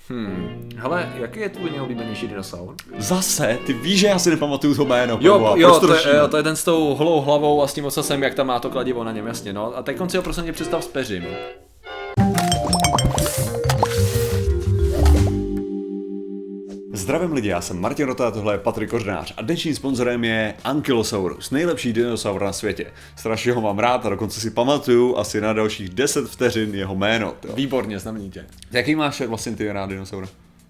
Hele, jaký je tvůj nejoblíbenější dinosaur? Zase, ty víš, že já si nepamatuju to jméno. Jo, to je ten s tou holou hlavou a s tím ocasem, jak tam má to kladivo na něm, jasně, no. A teď si ho prosím tě představ s peřím. Zdravím lidi, já jsem Martin Rota, tohle je Patrik Kořenář a dnešním sponzorem je Ankylosaurus, nejlepší dinosaur na světě. Strašně ho mám rád a dokonce si pamatuju asi na dalších 10 vteřin jeho jméno. Jo. Výborně, znamenitě. Jaký máš vlastně ty rád dinosaura?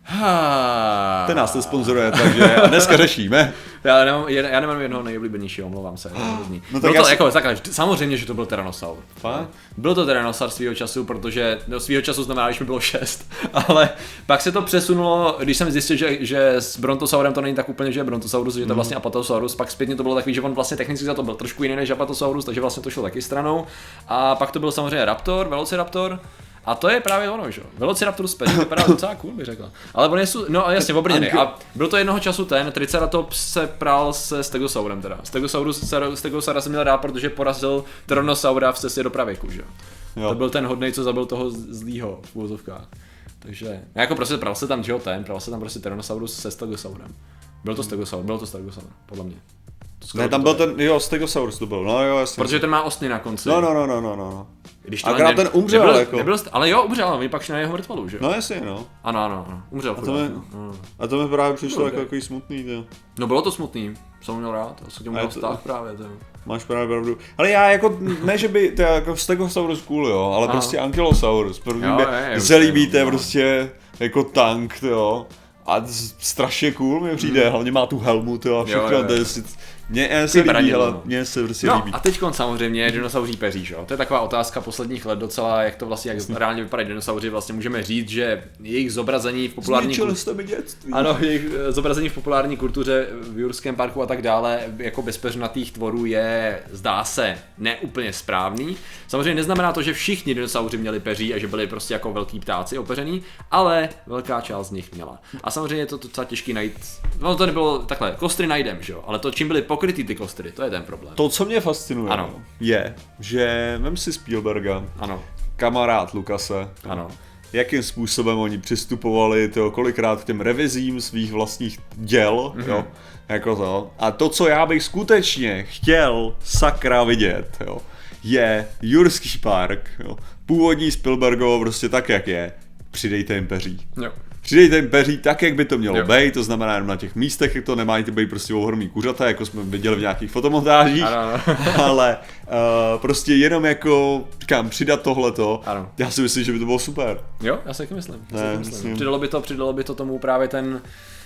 Ten nás sponzoruje, takže dneska řešíme. Já nemám jednoho nejoblíbenějšího, omlouvám se. No tak takhle, samozřejmě, že to byl Tyrannosaur. Fakt? Byl to Tyrannosaur svýho času, protože svýho času znamená, když mi bylo 6, ale pak se to přesunulo, když jsem zjistil, že s Brontosaurem to není tak úplně, že je Brontosaurus, že to je vlastně Apatosaurus, pak zpětně to bylo takový, že on vlastně technicky za to byl trošku jiný než Apatosaurus, takže vlastně to šlo taky stranou. A pak to byl samozřejmě Raptor, Velociraptor. A to je právě ono, že jo. Velociraptor z peří vypadá docela cool, bych řekla. Ale on je no jasně, obrněný. A byl to jednoho času ten, Triceratops se pral se Stegosaurem teda. Stegosaura jsem měl rád, protože porazil Tyrannosaura v cestě do pravěku, že jo. To byl ten hodnej, co zabil toho zlýho v uvozovkách. Takže, jako prostě pral se tam, že jo, pral se tam prostě Tyrannosaurus se Stegosaurem. Byl to Stegosaur, podle mě. Ne, tam byl ten, Stegosaurus to byl, no jo, jasně. Protože ten má ostny na konci. No. Akorát ten umřel jako. Ale jo, umřel, oni pak šli na jeho mrtvalu, že jo? No jasně, no. Ano, umřel. A to mi právě přišlo jako takový smutný, to. No bylo to smutný, jsem měl rád, já jsem měl vztah právě, to. Máš právě pravdu. Ale já jako, ne že by, to je jako Stegosaurus cool, jo, ale prostě Ankylosaurus, protože mi se líbí, to je prostě jako tank, jo. A strašně cool mi přijde, hlavně má tu helmu, to a všechno, to je mně se líbí, ale mně se prostě líbí. A teďkon samozřejmě dinosauří peří, že jo? To je taková otázka posledních let docela, jak to vlastně, jak reálně vypadají dinosauři, vlastně můžeme říct, že jejich zobrazení v populární jejich zobrazení v populární kultuře v Jurském parku a tak dále, jako bezpeřnatých tvorů je, zdá se, neúplně správný. Samozřejmě neznamená to, že všichni dinosauři měli peří a že byli prostě jako velký ptáci opeřený, ale velká část z nich měla. A samozřejmě je to docela těžký najít. No to nebylo takhle, kostry najdem, že jo? Ale to čím byly pokrytý ty kostry, to je ten problém. To, co mě fascinuje, je, že vem si Spielberga, kamarád Lucase, jakým způsobem oni přistupovali, kolikrát k těm revizím svých vlastních děl, jo, jako to. A to, co já bych skutečně chtěl sakra vidět, jo, je Jurský park, jo, původní Spielbergovo prostě tak, jak je, přidejte jim peří. Jo. Přidejte jim peří tak, jak by to mělo být, to znamená jenom na těch místech, jak to nemají být prostě ohromný kuřata, jako jsme viděli v nějakých fotomontážích, ale prostě jenom jako, říkám, přidat tohleto, já si myslím, že by to bylo super. Jo, já si taky myslím. Přidalo by to tomu právě ten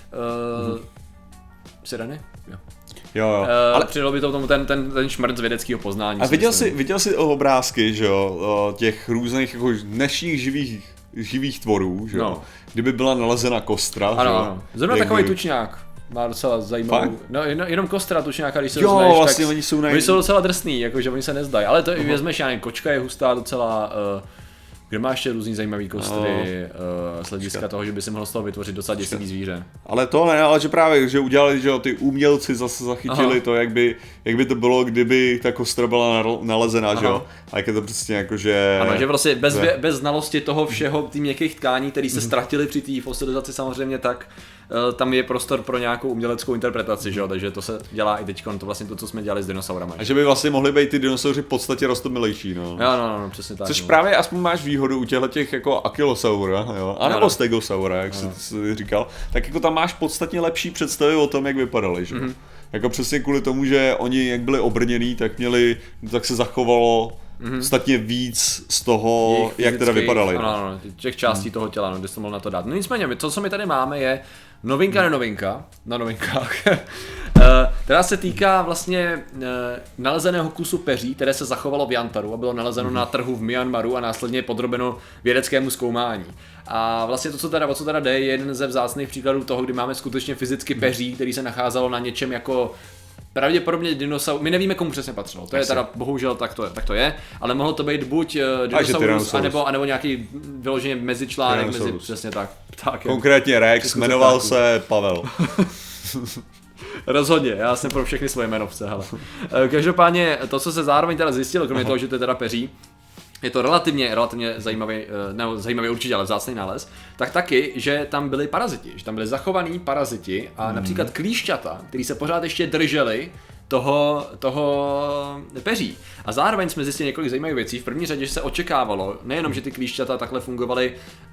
Sireny? Jo. Ale přidalo by to tomu ten šmrt z vědeckého poznání. A viděl jsi obrázky, že jo, těch různých jako dnešních živých tvorů, že jo? No. Kdyby byla nalezena kostra, že jo? Ano. Zrovna takový tučňák má docela zajímavou. Fakt? No, jenom kostra tučňáka, když se vezmeš, vlastně tak oni jsou docela drsný, jakože oni se nezdají, ale to vezmeš, já nevím, kočka je hustá docela, kde máš ještě různý zajímavý kostry z hlediska toho, že by si mohl z toho vytvořit docela děsivý zvíře. Ale to ne, ale že právě, že udělali, že ty umělci zase zachytili to, jak by to bylo, kdyby ta kostra byla nalezena, že jo? A jak je to přesně jako, že... Ano, že prostě bez znalosti toho všeho, tým měkkých tkání, které se ztratily při té fosilizaci samozřejmě, tak tam je prostor pro nějakou uměleckou interpretaci, že jo? Takže to se dělá i teďkon, to vlastně to, co jsme dělali s dinosaurama. A že by vlastně mohli být ty dinosauři v podstatě roztomilejší, no. Jo, přesně tak. Což právě aspoň máš výhodu u těch jako Ankylosaura, jo, anebo Stegosaura, jak jsi říkal, tak jako tam máš podstatně lepší představy o tom, jak vypadali, že? Jako přesně kvůli tomu, že oni jak byli obrněný, tak se zachovalo podstatně víc z toho, jak teda vypadali. Ano, těch částí toho těla, kde jsi mohl na to dát. No nicméně, to, co my tady máme, je novinka na novinkách, která se týká vlastně nalezeného kusu peří, které se zachovalo v Yantaru a bylo nalezeno na trhu v Myanmaru a následně podrobeno vědeckému zkoumání. A vlastně to, o co teda jde, je jeden ze vzácných příkladů toho, kdy máme skutečně fyzicky peří, který se nacházelo na něčem jako pravděpodobně dinosaur, my nevíme, komu přesně patřilo, to je teda bohužel tak to je, ale mohlo to být buď dinosaurus, anebo nějaký vyloženě mezičlánek mezi, přesně tak, ptákem. Konkrétně Rex, jmenoval se Pavel. Rozhodně, já jsem pro všechny svoje jmenovce, hele. Každopádně to, co se zároveň teda zjistilo, kromě toho, že to je teda peří, je to relativně zajímavý určitě, ale vzácný nález, tak taky, že tam byli paraziti, že tam byli zachovaní paraziti a například klíšťata, který se pořád ještě drželi toho peří. A zároveň jsme zjistili několik zajímavých věcí. V první řadě, že se očekávalo, nejenom, že ty klíšťata takhle fungovaly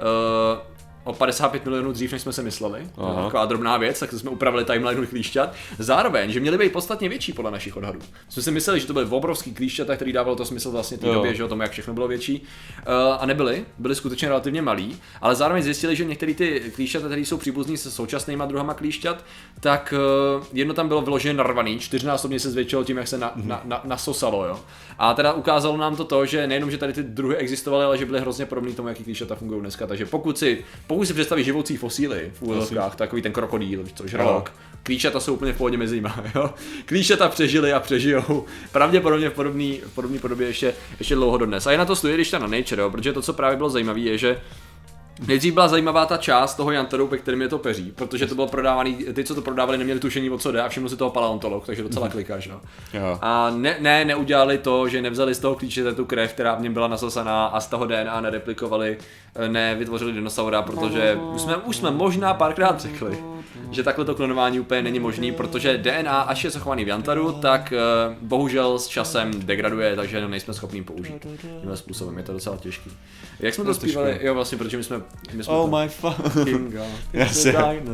o 55 milionů dřív, než jsme se mysleli. Taková drobná věc, tak jsme upravili timeline klíšťat. Zároveň, že měly být podstatně větší podle našich odhadů. Jsme si mysleli, že to byly obrovský klíšťata, který dávalo to smysl vlastně té době, že o tom, jak všechno bylo větší. A byly skutečně relativně malí, ale zároveň zjistili, že některé ty klíšťata, které jsou příbuzní se současnýma druhama klíšťat, tak jedno tam bylo vyloženě narvaný, 4násobně se zvětšilo tím, jak se nasosalo, jo. A teda ukázalo nám to, že nejenom, že tady ty druhy existovaly, ale že byly hrozně podobné tomu, jaký klíšťata fungují dneska. Takže pokud si představí živoucí fosíly v úvozovkách, takový ten krokodýl, to žralok, klíšťata jsou úplně v pohodě mezi nimi, jo. Klíšťata přežili a přežijou pravděpodobně v podobné podobě ještě dlouho dodnes. A je na to studie, když ta na Nature, jo, protože to, co právě bylo zajímavé, je, že nejdřív byla zajímavá ta část toho jantaru, pe kterým je to peří, protože to bylo prodávaný, ty, co to prodávali, neměli tušení, o co jde a všiml si toho paleontolog, takže docela klikáš, no. A neudělali to, že nevzali z toho klíčete tu krev, která v něm byla nasasaná a z toho DNA nereplikovali, nevytvořili dinosaura, protože už jsme možná párkrát řekli, že takhle to klonování úplně není možný, protože DNA, až je zachovaný v jantaru, tak bohužel s časem degraduje, takže nejsme schopni použít. Tímhle způsobem je to docela těžký. Jak jsme to zpívali? Jo, vlastně, protože my jsme oh my fucking god. Yes,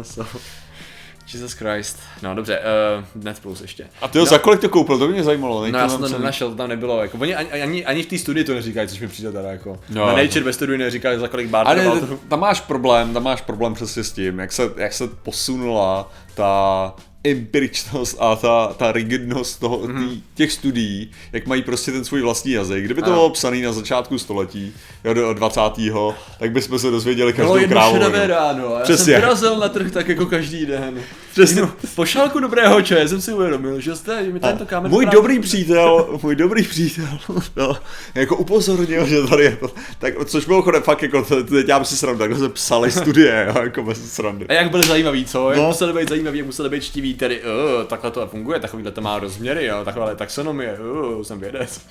Jesus Christ. No dobře, Net Plus ještě. A ty ho za kolik to koupil? To mě zajímalo. No já jsem to nenašel, to tam nebylo. Jako, oni ani v té studii to neříkají, což mi přijde teda jako. No, na Nature ve studii neříkají, za kolik bár. Ale tam máš problém přesně s tím, jak se posunula ta empiričnost a ta rigidnost těch studií, jak mají prostě ten svůj vlastní jazyk. Kdyby to bylo psaný na začátku století, do 20. tak bychom se dozvěděli každou krávu. Ráno. Já jsem vyrazil na trh tak jako každý den. Přesně. Po šálku dobrého čaje jsem si uvědomil, že mi tento kámen... Můj dobrý přítel, no, jako upozornil, že tady je to, tak, což bylo chodem fakt jako, teď já si srandu, takhle se psali studie, jako bez srandy. A jak byly zajímavý, co? Jak museli být zajímavý, jak museli být čtiví, tedy takhle to funguje, takovýhle to má rozměry, jo, takováhle taxonomie, jsem vědec.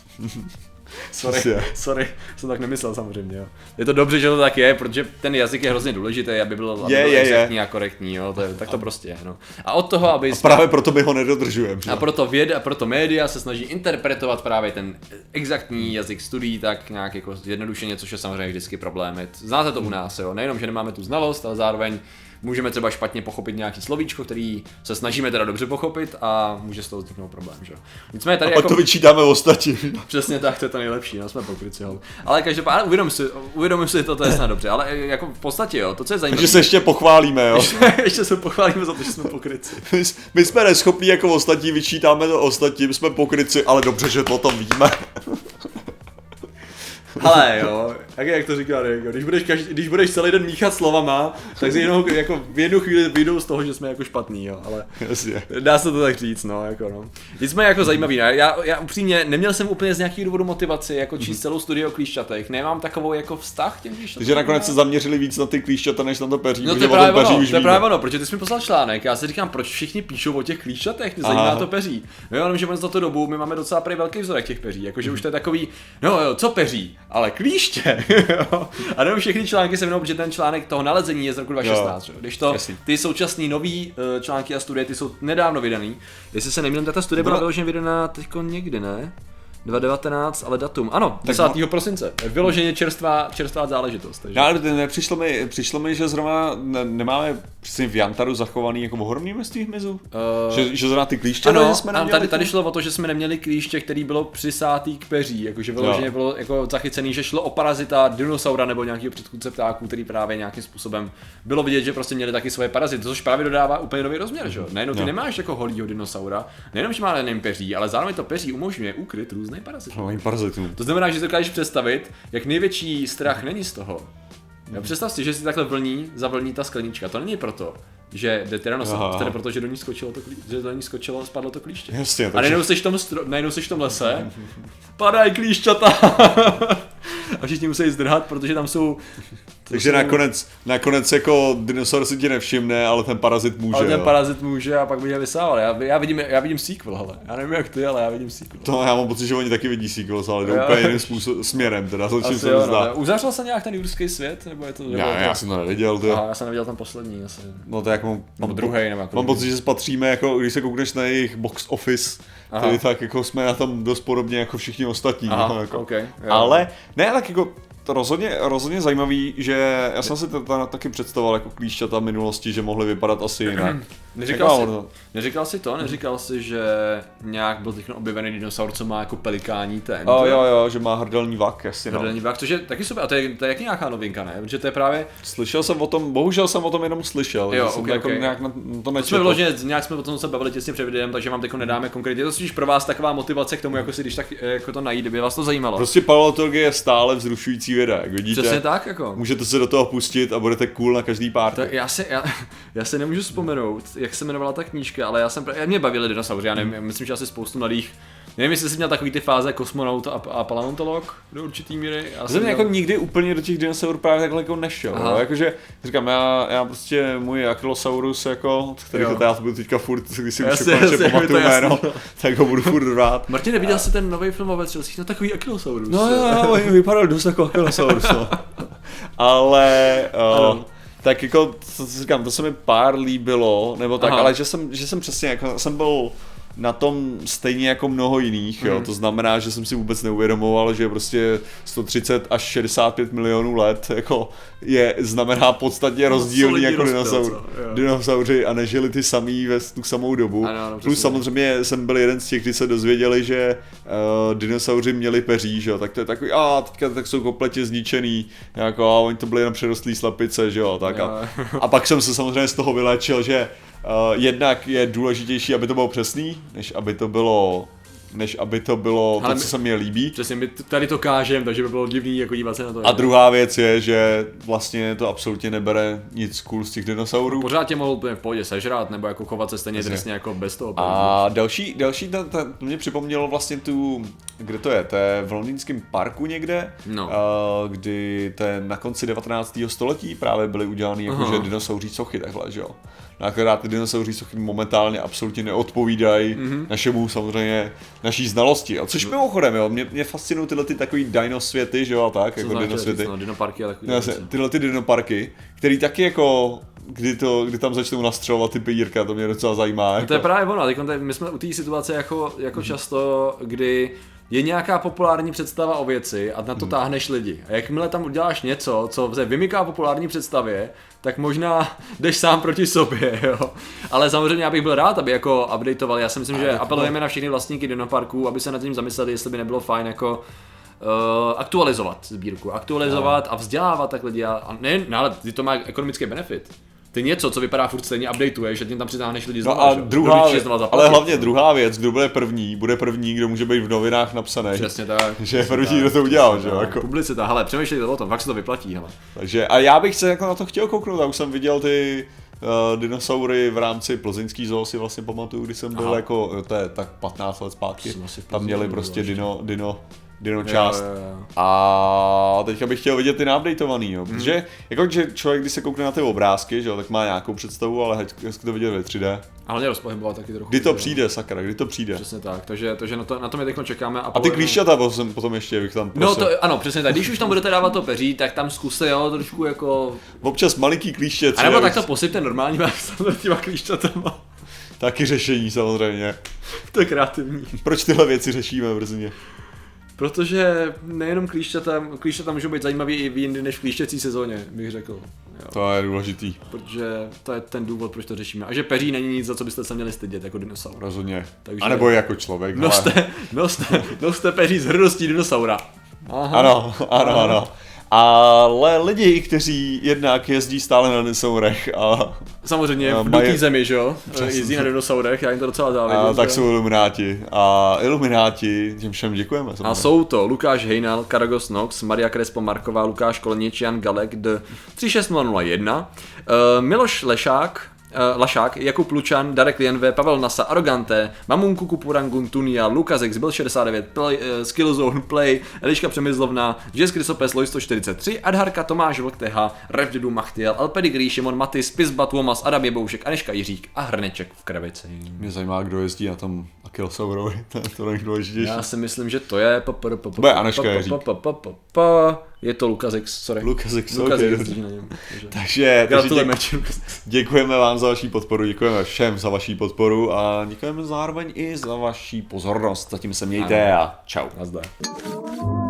Sorry, jsem tak nemyslel samozřejmě, jo. Je to dobře, že to tak je, protože ten jazyk je hrozně důležitý, aby byl exaktní a korektní, jo, tak to prostě je, no. A od toho, aby... A právě proto my ho nedodržujeme. A proto média se snaží interpretovat právě ten exaktní jazyk studií tak nějak jako zjednodušeně, což je samozřejmě vždycky problém. Znáte to u nás, jo, nejenom, že nemáme tu znalost, ale zároveň můžeme třeba špatně pochopit nějaký slovíčko, který se snažíme teda dobře pochopit a může z toho vzniknout problém, že jo. Nicméně tady a pak to vyčítáme ostatním. Přesně tak, to je to nejlepší, no, jsme pokryci, jo. Ale každopádně uvědomím si to je snad dobře, ale jako v podstatě jo, to co je zajímavé. Takže se ještě pochválíme, jo. ještě se pochválíme za to, že jsme pokryci. My jsme neschopní jako ostatní, vyčítáme to ostatním, jsme pokryci, ale dobře, že to o tom víme. Ale jo, jak to říká Rick, když budeš celý den míchat slovama, tak jako v jednu chvíli vyjdou z toho, že jsme jako špatný, jo, ale jasně. Dá se to tak říct, no, jako no. Nicméně jako zajímavý, ne? Já upřímně neměl jsem úplně z nějakých důvodů motivaci jako číst celou studii o klíšťatech, nemám takovou jako vztah k těm klíšťatům. Takže nakonec se zaměřili víc na ty klíšťata, než na to peří. No to je právě ono, protože ty jsi mi poslal článek, já si říkám, proč všichni píšou o těch klíšťatech, mě zajímá to peří. No jo, že za tu dobu my máme docela velký vzorek těch peří, jakože už to je takový, no jo, co peří, ale klíště. A nevím, všechny články se mnou, protože ten článek toho nalezení je z roku 2016, jo. Když to ty současný nový články a studie, ty jsou nedávno vydaný. Jestli se nemýlím, ta studie byla vyloženě vydaná teďko někdy, ne? 2019, ale datum. Ano, 10. prosince. Vyloženě čerstvá záležitost. Takže. No, ale přišlo mi, že zrovna nemáme v jantaru zachovaný jako ohromný množství hmyzu. Že zrovna ty klíště jsme neměli. Tady šlo o to, že jsme neměli klíště, který bylo přisátý k peří, jakože vyloženě bylo jako zachycený, že šlo o parazita dinosaura nebo nějakého předchůdce ptáků, který právě nějakým způsobem bylo vidět, že prostě měli taky svoje parazity, což právě dodává úplně nový rozměr, že? Nejenom ty nemáš jako holýho dinosaura, nejenom že má jenom peří, ale zároveň to peří umožňuje úkryt různých parazitů. To znamená, že si dokážeš představit, jak největší strach není z toho. Představ si, že si takhle zavlní ta sklenička. To není proto, že jde Tyrannosaurus, tedy proto, že do ní skočilo, spadlo to klíště. Jasně, a najednou seš v tom lese, padají klíšťata. A všichni musí zdrhat, protože tam jsou Takže nakonec jako dinosaur si tě nevšimne, ale ten parazit může. Ale ten parazit může a pak by je vysával. Já vidím sequel, hele. Já nevím jak ty, ale já vidím sequel. To já mám pocit, že oni taky vidí sequel, ale jdou úplně jiným směrem, teda začím se to zdá. Uzavřel se nějak ten jurský svět? Nebo je to, já jsem to neviděl. Aha, já jsem neviděl ten poslední asi. No to jak mám druhý nebo jako mám pocit, že spatříme, jako když se koukneš na jejich box office, tedy tak jako jsme na tom dost podobně jako všichni ostatní. Aha, no, jako. Okay, ale ne, tak jako to rozhodně zajímavý, že já jsem si to taky představoval jako klíšťata minulosti, že mohly vypadat asi jinak. Neříkal jsi, že nějak byl teď objevený dinosaur, co má jako pelikání ten? Jo, že má hrdelní vak, jasně. Hrdelní vak, což je taky super, a to je jak nějaká novinka, ne? Protože to je právě... Slyšel jsem o tom, bohužel jsem o tom jenom slyšel, jo, že jsem jako nějak na to nečetl. Jsme vyloženě, nějak jsme o tom se bavili těsně před videem, takže vám teď nedáme konkrétně. Je to spíš pro vás taková motivace k tomu, jako si když tak jako to najít, kdyby vás to zajímalo. Prostě paleontologie je stále vzrušující věda, jak vidíte. Přesně tak, jako. Můžete se do toho pustit a budete cool na každý party. Já se nemůžu vzpomenout, jak se jmenovala ta knížka, ale mě bavili dinosauři, já nevím, myslím, že asi spoustu mladých. Nevím, jestli jsi měl takový ty fáze kosmonaut a paleontolog do určitý míry. Já jsem jako nikdy úplně do těch dinosaurů právě takhle jako nešel. Jakože, říkám, já prostě můj Ankylosaurus, jako, kterýho já budu teďka furt, když si už konečně pamatuju jméno, tak ho budu furt rád. Martin, neviděl jsi ten nový film o vetřelcích? No takový Ankylosaurus. No, vypadal dost jako Ankylosaurus, no. Ale... tak jako, říkám, to se mi pár líbilo, nebo tak, ale že jsem přesně, jako jsem byl na tom stejně jako mnoho jiných, jo, to znamená, že jsem si vůbec neuvědomoval, že prostě 130 až 65 milionů let, jako znamená podstatně rozdílný jako dinosauři a nežili ty samý ve tu samou dobu. Ano, plus samozřejmě jsem byl jeden z těch, kteří se dozvěděli, že dinosauři měli peří, že jo, tak to je takový, teďka tak jsou kompletně zničený, jako a oni to byli jenom přerostlý slepice, že jo, tak a pak jsem se samozřejmě z toho vyléčil, že jednak je důležitější, aby to bylo přesný, než aby to bylo to, co se mi líbí. Přesně, my tady to kážeme, takže by bylo divný jako dívat se na to. A druhá věc je, že vlastně to absolutně nebere nic cool z těch dinosaurů. Pořád tě mohl v pohodě sežrat, nebo jako chovat se stejně drsně jako bez toho. A další to mě připomnělo vlastně kde to je? To je v londýnském parku někde, kdy to je na konci 19. století právě byly udělány jakože dinosauří sochy takhle, že jo. Akorát ty dinosauří sochy momentálně absolutně neodpovídají naší znalosti. A což mimochodem, jo, mě fascinují tyhle ty takový dinosvěty, že jo, a tak, jako dinosvěty. Dinoparky a takový. Tyhle ty dinoparky, který taky jako kdy tam začnou nastřelovat ty pejírka, to mě docela zajímá. No to je právě ono, my jsme u té situace jako často, kdy je nějaká populární představa o věci a na to táhneš lidi. A jakmile tam uděláš něco, co se vymyká populární představě, tak možná jdeš sám proti sobě, jo. Ale samozřejmě já bych byl rád, aby jako updateovali. Já si myslím, že apelujeme na všechny vlastníky dinoparků, aby se nad tím zamysleli, jestli by nebylo fajn jako aktualizovat sbírku, a vzdělávat tak lidi. Ale to má ekonomický benefit. Ty něco, co vypadá furt stejně, updateuješ, že tím tam přitáhneš lidi znova. A ale hlavně druhá věc, kdo bude první, kdo může být v novinách napsaný. Přesně tak. Že je první, kdo to udělal, že jo? Jako. Publicita, hele, přemýšlejte o tom, fakt se to vyplatí, hele. Takže, a já bych se jako na to chtěl kouknout, já už jsem viděl ty dinosaury v rámci plzeňský zoo, si vlastně pamatuju, když jsem byl jako, to je tak 15 let zpátky, tam měli prostě dino část. A teďka bych chtěl vidět ty updateovaný, jo. Protože jako, že člověk, když se koukne na ty obrázky, že jo, tak má nějakou představu, ale hezky to vidět ve 3D. A hlavně rozpohybovat taky trochu. Kdy to přijde, sakra, kdy to přijde. Přesně tak, takže na to my teď čekáme. A ty klíšťata potom ještě bych tam prosil. No to, ano, přesně tak, když už tam budete dávat to peří, tak tam zkuste, jo, trošku jako... Občas malinký klíště. A nebo tak to posypte normální těma klíšťatama. Taky řešení samozřejmě. To je kreativní. Proč tyhle věci řešíme brzně? Protože nejenom klíšťata můžou být zajímavý i jindy než v klíšťací sezóně, bych řekl. Jo. To je důležitý. Protože to je ten důvod, proč to řešíme. A že peří není nic, za co byste se měli stydět jako dinosaur. Rozhodně. Takže... A nebo jako člověk. Noste peří z hrdostí dinosaura. Aha. Ano. Ale lidi, kteří jednak jezdí stále na dinosaurech a... Samozřejmě v dutý zemi, že jo? Jezdí na dinosaurech, já jim to docela závidím. Tak jsou ilumináti. A ilumináti, těm všem děkujeme. A jsou to Lukáš Hejnal, Karagos Nox, Maria Krespo Marková, Lukáš Kolenič, Jan Galek, D 36001, Miloš Lešák, Lašák, Jakub Lučan, Darek Lienve, Pavel Nasa, Arogante, Mamunku Kupurangun, Tunia, Lukazex, byl 69, Skillzone, Play, Eliška Přemyslovna, Jess Krysopes, Loj 143, Adharka, Tomáš Vlkteha, Revdedu Machtiel, El Pedigree, Šimon Matis, Pizba, Tuomas, Adam Jeboušek, Aneška Jiřík a Hrneček v krabici. Mě zajímá, kdo jezdí na tom Achillesaurovi, to není důležitější. Já si myslím, že to je bude Aneška Jiřík. Je to Lukazex, sorry. Lukazex jezdí na něm. Takže děkujeme vám za vaši podporu, děkujeme všem za vaši podporu a děkujeme zároveň i za vaši pozornost. Zatím se mějte a čau. Nazdar.